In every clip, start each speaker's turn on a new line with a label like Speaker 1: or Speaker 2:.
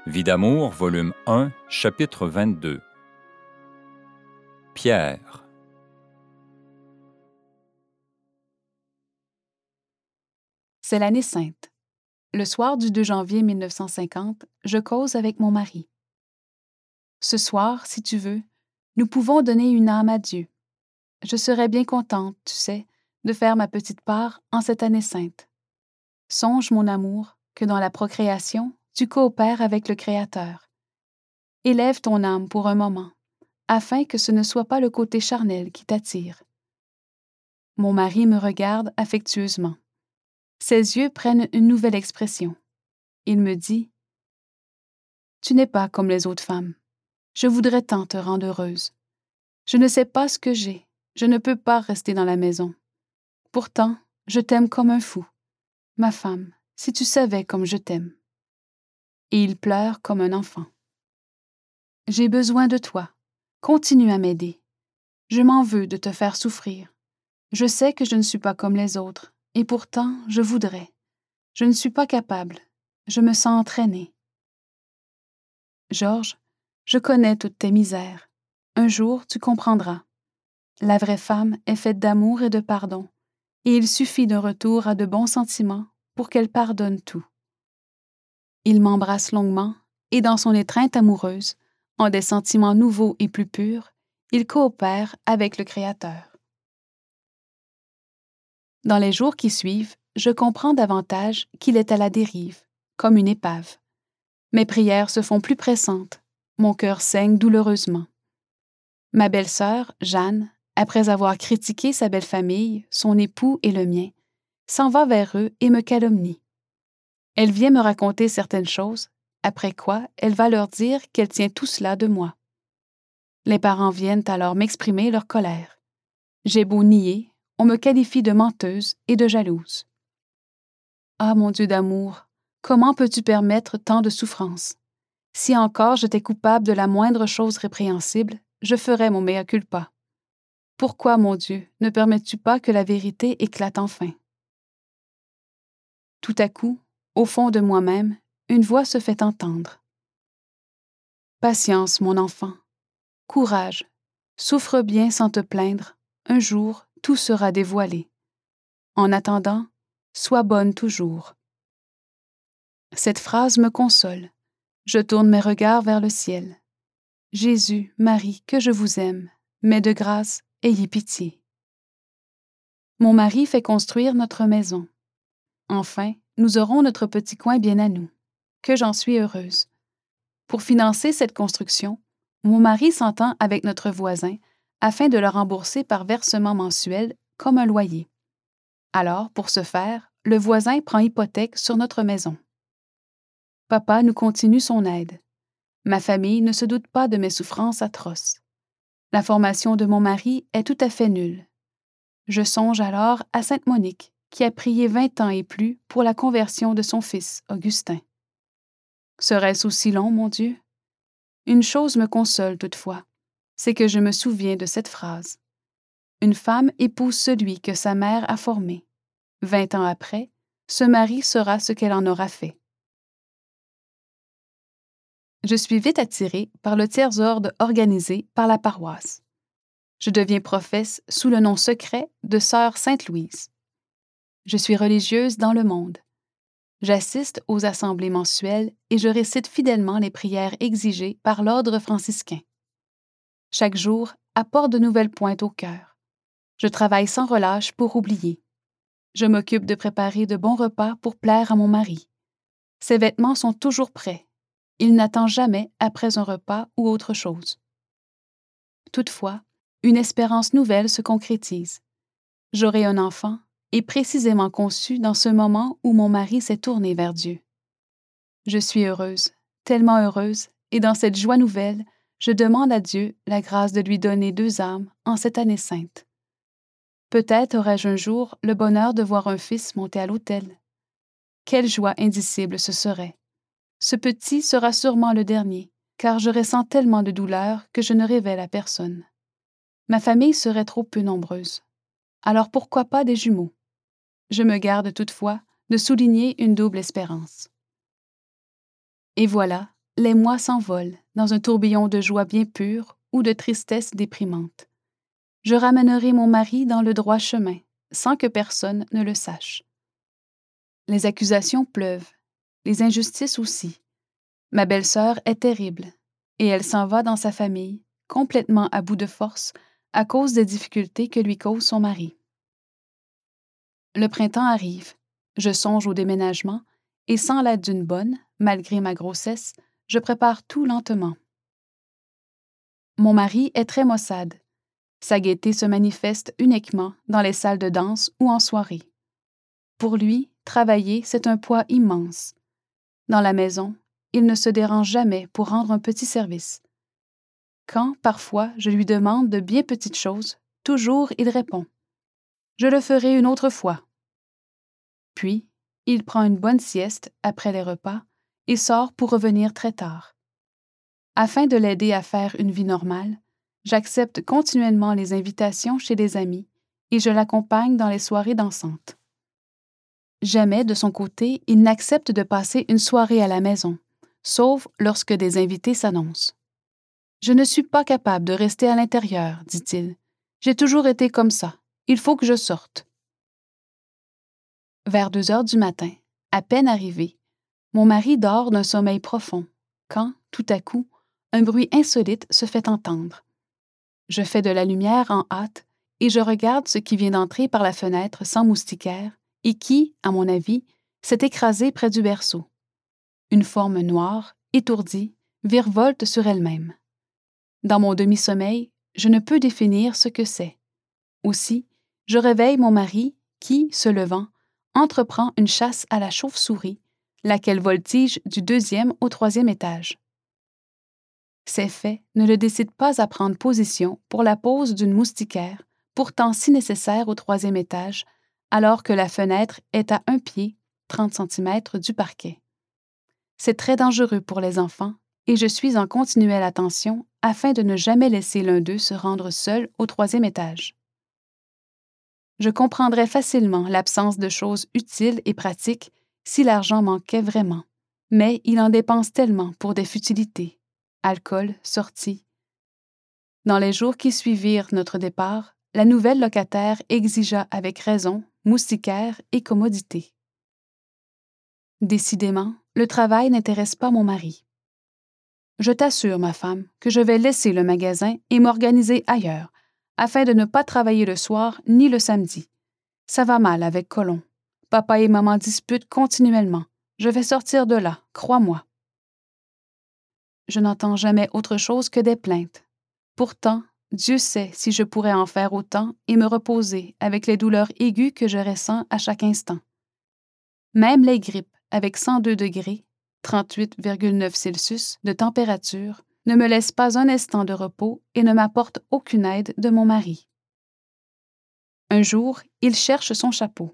Speaker 1: Vie d'amour, volume 1, chapitre 22. Pierre.
Speaker 2: C'est l'année sainte. Le soir du 2 janvier 1950, je cause avec mon mari. Ce soir, si tu veux, nous pouvons donner une âme à Dieu. Je serais bien contente, tu sais, de faire ma petite part en cette année sainte. Songe, mon amour, que dans la procréation, tu coopères avec le Créateur. Élève ton âme pour un moment, afin que ce ne soit pas le côté charnel qui t'attire. Mon mari me regarde affectueusement. Ses yeux prennent une nouvelle expression. Il me dit « Tu n'es pas comme les autres femmes. Je voudrais tant te rendre heureuse. Je ne sais pas ce que j'ai. Je ne peux pas rester dans la maison. Pourtant, je t'aime comme un fou. Ma femme, si tu savais comme je t'aime. » Et il pleure comme un enfant. « J'ai besoin de toi. Continue à m'aider. Je m'en veux de te faire souffrir. Je sais que je ne suis pas comme les autres, et pourtant, je voudrais. Je ne suis pas capable. Je me sens entraînée. Georges, je connais toutes tes misères. Un jour, tu comprendras. La vraie femme est faite d'amour et de pardon, et il suffit d'un retour à de bons sentiments pour qu'elle pardonne tout. Il m'embrasse longuement, et dans son étreinte amoureuse, en des sentiments nouveaux et plus purs, il coopère avec le Créateur. Dans les jours qui suivent, je comprends davantage qu'il est à la dérive, comme une épave. Mes prières se font plus pressantes, mon cœur saigne douloureusement. Ma belle-sœur, Jeanne, après avoir critiqué sa belle famille, son époux et le mien, s'en va vers eux et me calomnie. Elle vient me raconter certaines choses, après quoi elle va leur dire qu'elle tient tout cela de moi. Les parents viennent alors m'exprimer leur colère. J'ai beau nier, on me qualifie de menteuse et de jalouse. Ah, mon Dieu d'amour, comment peux-tu permettre tant de souffrance? Si encore j'étais coupable de la moindre chose répréhensible, je ferais mon mea culpa. Pourquoi, mon Dieu, ne permets-tu pas que la vérité éclate enfin? Tout à coup, au fond de moi-même, une voix se fait entendre. Patience, mon enfant. Courage. Souffre bien sans te plaindre. Un jour, tout sera dévoilé. En attendant, sois bonne toujours. Cette phrase me console. Je tourne mes regards vers le ciel. Jésus, Marie, que je vous aime, mais de grâce, ayez pitié. Mon mari fait construire notre maison. Enfin, nous aurons notre petit coin bien à nous. Que j'en suis heureuse. Pour financer cette construction, mon mari s'entend avec notre voisin afin de le rembourser par versement mensuel comme un loyer. Alors, pour ce faire, le voisin prend hypothèque sur notre maison. Papa nous continue son aide. Ma famille ne se doute pas de mes souffrances atroces. La formation de mon mari est tout à fait nulle. Je songe alors à Sainte Monique, qui a prié 20 ans et plus pour la conversion de son fils, Augustin. Serait-ce aussi long, mon Dieu? Une chose me console toutefois, c'est que je me souviens de cette phrase. Une femme épouse celui que sa mère a formé. 20 ans après, ce mari sera ce qu'elle en aura fait. Je suis vite attirée par le tiers-ordre organisé par la paroisse. Je deviens professe sous le nom secret de Sœur Sainte-Louise. Je suis religieuse dans le monde. J'assiste aux assemblées mensuelles et je récite fidèlement les prières exigées par l'ordre franciscain. Chaque jour apporte de nouvelles pointes au cœur. Je travaille sans relâche pour oublier. Je m'occupe de préparer de bons repas pour plaire à mon mari. Ses vêtements sont toujours prêts. Il n'attend jamais après un repas ou autre chose. Toutefois, une espérance nouvelle se concrétise. J'aurai un enfant, et précisément conçu dans ce moment où mon mari s'est tourné vers Dieu. Je suis heureuse, tellement heureuse, et dans cette joie nouvelle, je demande à Dieu la grâce de lui donner 2 âmes en cette année sainte. Peut-être aurai-je un jour le bonheur de voir un fils monter à l'autel. Quelle joie indicible ce serait! Ce petit sera sûrement le dernier, car je ressens tellement de douleur que je ne révèle à personne. Ma famille serait trop peu nombreuse. Alors pourquoi pas des jumeaux? Je me garde toutefois de souligner une double espérance. Et voilà, les mois s'envolent dans un tourbillon de joie bien pure ou de tristesse déprimante. Je ramènerai mon mari dans le droit chemin, sans que personne ne le sache. Les accusations pleuvent, les injustices aussi. Ma belle-sœur est terrible, et elle s'en va dans sa famille, complètement à bout de force, à cause des difficultés que lui cause son mari. Le printemps arrive, je songe au déménagement, et sans l'aide d'une bonne, malgré ma grossesse, je prépare tout lentement. Mon mari est très maussade. Sa gaieté se manifeste uniquement dans les salles de danse ou en soirée. Pour lui, travailler, c'est un poids immense. Dans la maison, il ne se dérange jamais pour rendre un petit service. Quand, parfois, je lui demande de bien petites choses, toujours il répond « Je le ferai une autre fois ». Puis, il prend une bonne sieste après les repas et sort pour revenir très tard. Afin de l'aider à faire une vie normale, j'accepte continuellement les invitations chez des amis et je l'accompagne dans les soirées dansantes. Jamais, de son côté, il n'accepte de passer une soirée à la maison, sauf lorsque des invités s'annoncent. « Je ne suis pas capable de rester à l'intérieur, dit-il. J'ai toujours été comme ça. Il faut que je sorte. » Vers 2 heures du matin, à peine arrivé, mon mari dort d'un sommeil profond, quand, tout à coup, un bruit insolite se fait entendre. Je fais de la lumière en hâte et je regarde ce qui vient d'entrer par la fenêtre sans moustiquaire et qui, à mon avis, s'est écrasé près du berceau. Une forme noire, étourdie, virevolte sur elle-même. Dans mon demi-sommeil, je ne peux définir ce que c'est. Aussi, je réveille mon mari qui, se levant, entreprend une chasse à la chauve-souris, laquelle voltige du 2e au 3e étage. Ces faits ne le décident pas à prendre position pour la pose d'une moustiquaire, pourtant si nécessaire au 3e étage, alors que la fenêtre est à 1 pied, 30 cm du parquet. C'est très dangereux pour les enfants et je suis en continuelle attention afin de ne jamais laisser l'un d'eux se rendre seul au 3e étage. Je comprendrais facilement l'absence de choses utiles et pratiques si l'argent manquait vraiment, mais il en dépense tellement pour des futilités, alcool, sorties. Dans les jours qui suivirent notre départ, la nouvelle locataire exigea avec raison moustiquaire et commodité. Décidément, le travail n'intéresse pas mon mari. Je t'assure, ma femme, que je vais laisser le magasin et m'organiser ailleurs, afin de ne pas travailler le soir ni le samedi. Ça va mal avec Colomb. Papa et maman disputent continuellement. Je vais sortir de là, crois-moi. Je n'entends jamais autre chose que des plaintes. Pourtant, Dieu sait si je pourrais en faire autant et me reposer avec les douleurs aiguës que je ressens à chaque instant. Même les grippes, avec 102 degrés, 38,9 Celsius de température, ne me laissent pas un instant de repos et ne m'apportent aucune aide de mon mari. Un jour, il cherche son chapeau.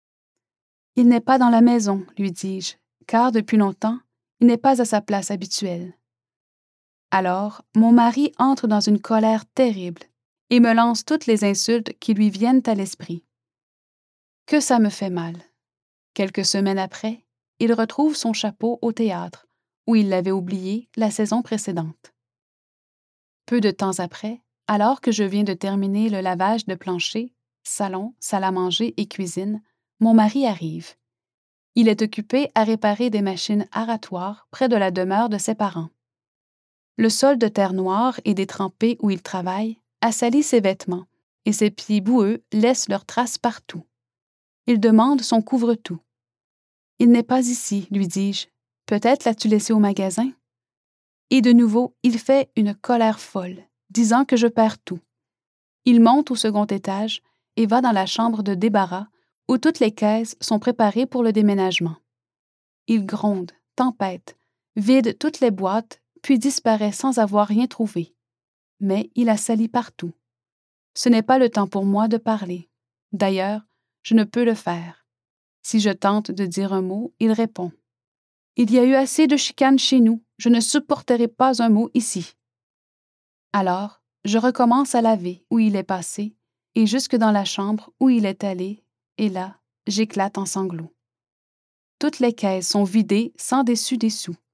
Speaker 2: « Il n'est pas dans la maison, lui dis-je, car depuis longtemps, il n'est pas à sa place habituelle. » Alors, mon mari entre dans une colère terrible et me lance toutes les insultes qui lui viennent à l'esprit. Que ça me fait mal. Quelques semaines après, il retrouve son chapeau au théâtre, où il l'avait oublié la saison précédente. Peu de temps après, alors que je viens de terminer le lavage de plancher, salon, salle à manger et cuisine, mon mari arrive. Il est occupé à réparer des machines aratoires près de la demeure de ses parents. Le sol de terre noire et détrempé où il travaille a sali ses vêtements et ses pieds boueux laissent leurs traces partout. Il demande son couvre-tout. « Il n'est pas ici, lui dis-je. Peut-être l'as-tu laissé au magasin? » Et de nouveau, il fait une colère folle, disant que je perds tout. Il monte au 2e étage et va dans la chambre de débarras où toutes les caisses sont préparées pour le déménagement. Il gronde, tempête, vide toutes les boîtes, puis disparaît sans avoir rien trouvé. Mais il a sali partout. Ce n'est pas le temps pour moi de parler. D'ailleurs, je ne peux le faire. Si je tente de dire un mot, il répond. « Il y a eu assez de chicanes chez nous. Je ne supporterai pas un mot ici. » Alors, je recommence à laver où il est passé et jusque dans la chambre où il est allé, et là, j'éclate en sanglots. Toutes les caisses sont vidées sans dessus-dessous.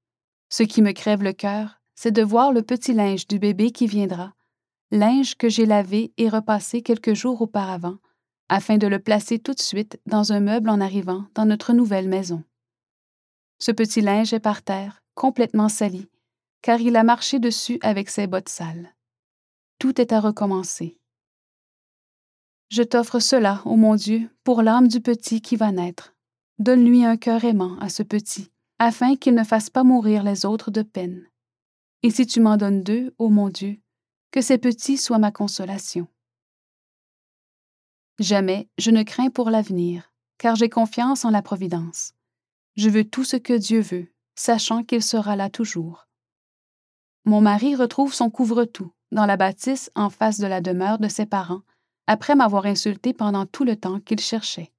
Speaker 2: Ce qui me crève le cœur, c'est de voir le petit linge du bébé qui viendra, linge que j'ai lavé et repassé quelques jours auparavant, afin de le placer tout de suite dans un meuble en arrivant dans notre nouvelle maison. Ce petit linge est par terre, complètement sali, car il a marché dessus avec ses bottes sales. Tout est à recommencer. Je t'offre cela, ô mon Dieu, pour l'âme du petit qui va naître. Donne-lui un cœur aimant à ce petit, afin qu'il ne fasse pas mourir les autres de peine. Et si tu m'en donnes 2, ô mon Dieu, que ces petits soient ma consolation. Jamais je ne crains pour l'avenir, car j'ai confiance en la providence. Je veux tout ce que Dieu veut, sachant qu'il sera là toujours. Mon mari retrouve son couvre-tout dans la bâtisse en face de la demeure de ses parents, après m'avoir insulté pendant tout le temps qu'il cherchait.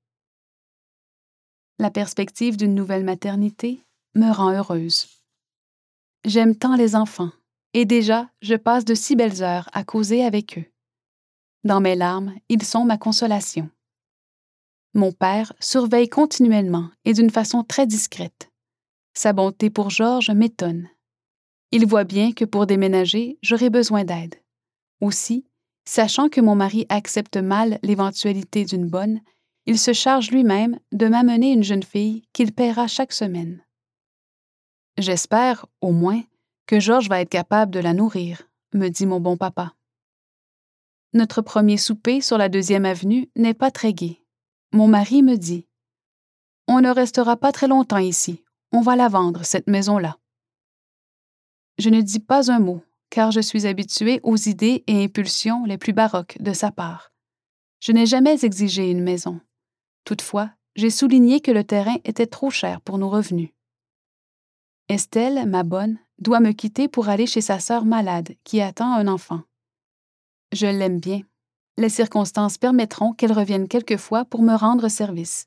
Speaker 2: La perspective d'une nouvelle maternité me rend heureuse. J'aime tant les enfants, et déjà je passe de si belles heures à causer avec eux. Dans mes larmes, ils sont ma consolation. Mon père surveille continuellement et d'une façon très discrète. Sa bonté pour Georges m'étonne. Il voit bien que pour déménager, j'aurai besoin d'aide. Aussi, sachant que mon mari accepte mal l'éventualité d'une bonne, il se charge lui-même de m'amener une jeune fille qu'il paiera chaque semaine. J'espère, au moins, que Georges va être capable de la nourrir, me dit mon bon papa. Notre premier souper sur la 2e avenue n'est pas très gai. Mon mari me dit « On ne restera pas très longtemps ici. On va la vendre, cette maison-là. » Je ne dis pas un mot, car je suis habituée aux idées et impulsions les plus baroques de sa part. Je n'ai jamais exigé une maison. Toutefois, j'ai souligné que le terrain était trop cher pour nos revenus. Estelle, ma bonne, doit me quitter pour aller chez sa sœur malade qui attend un enfant. Je l'aime bien. Les circonstances permettront qu'elle revienne quelquefois pour me rendre service.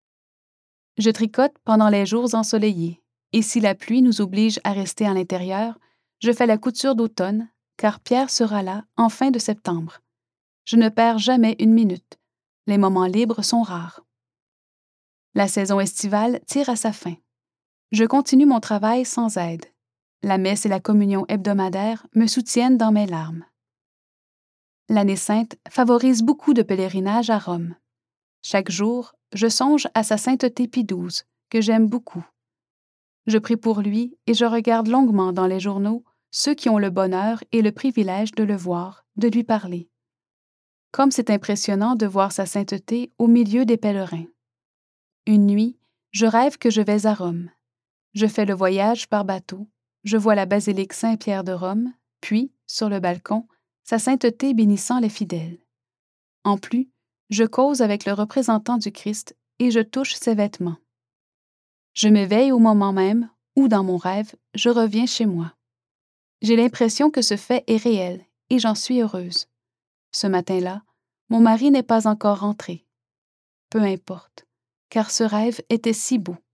Speaker 2: Je tricote pendant les jours ensoleillés, et si la pluie nous oblige à rester à l'intérieur, je fais la couture d'automne, car Pierre sera là en fin de septembre. Je ne perds jamais une minute. Les moments libres sont rares. La saison estivale tire à sa fin. Je continue mon travail sans aide. La messe et la communion hebdomadaire me soutiennent dans mes larmes. L'année sainte favorise beaucoup de pèlerinages à Rome. Chaque jour, je songe à sa sainteté Pie XII, que j'aime beaucoup. Je prie pour lui et je regarde longuement dans les journaux ceux qui ont le bonheur et le privilège de le voir, de lui parler. Comme c'est impressionnant de voir sa sainteté au milieu des pèlerins. Une nuit, je rêve que je vais à Rome. Je fais le voyage par bateau, je vois la basilique Saint-Pierre de Rome, puis, sur le balcon, sa sainteté bénissant les fidèles. En plus, je cause avec le représentant du Christ et je touche ses vêtements. Je m'éveille au moment même où, dans mon rêve, je reviens chez moi. J'ai l'impression que ce fait est réel et j'en suis heureuse. Ce matin-là, mon mari n'est pas encore rentré. Peu importe, car ce rêve était si beau.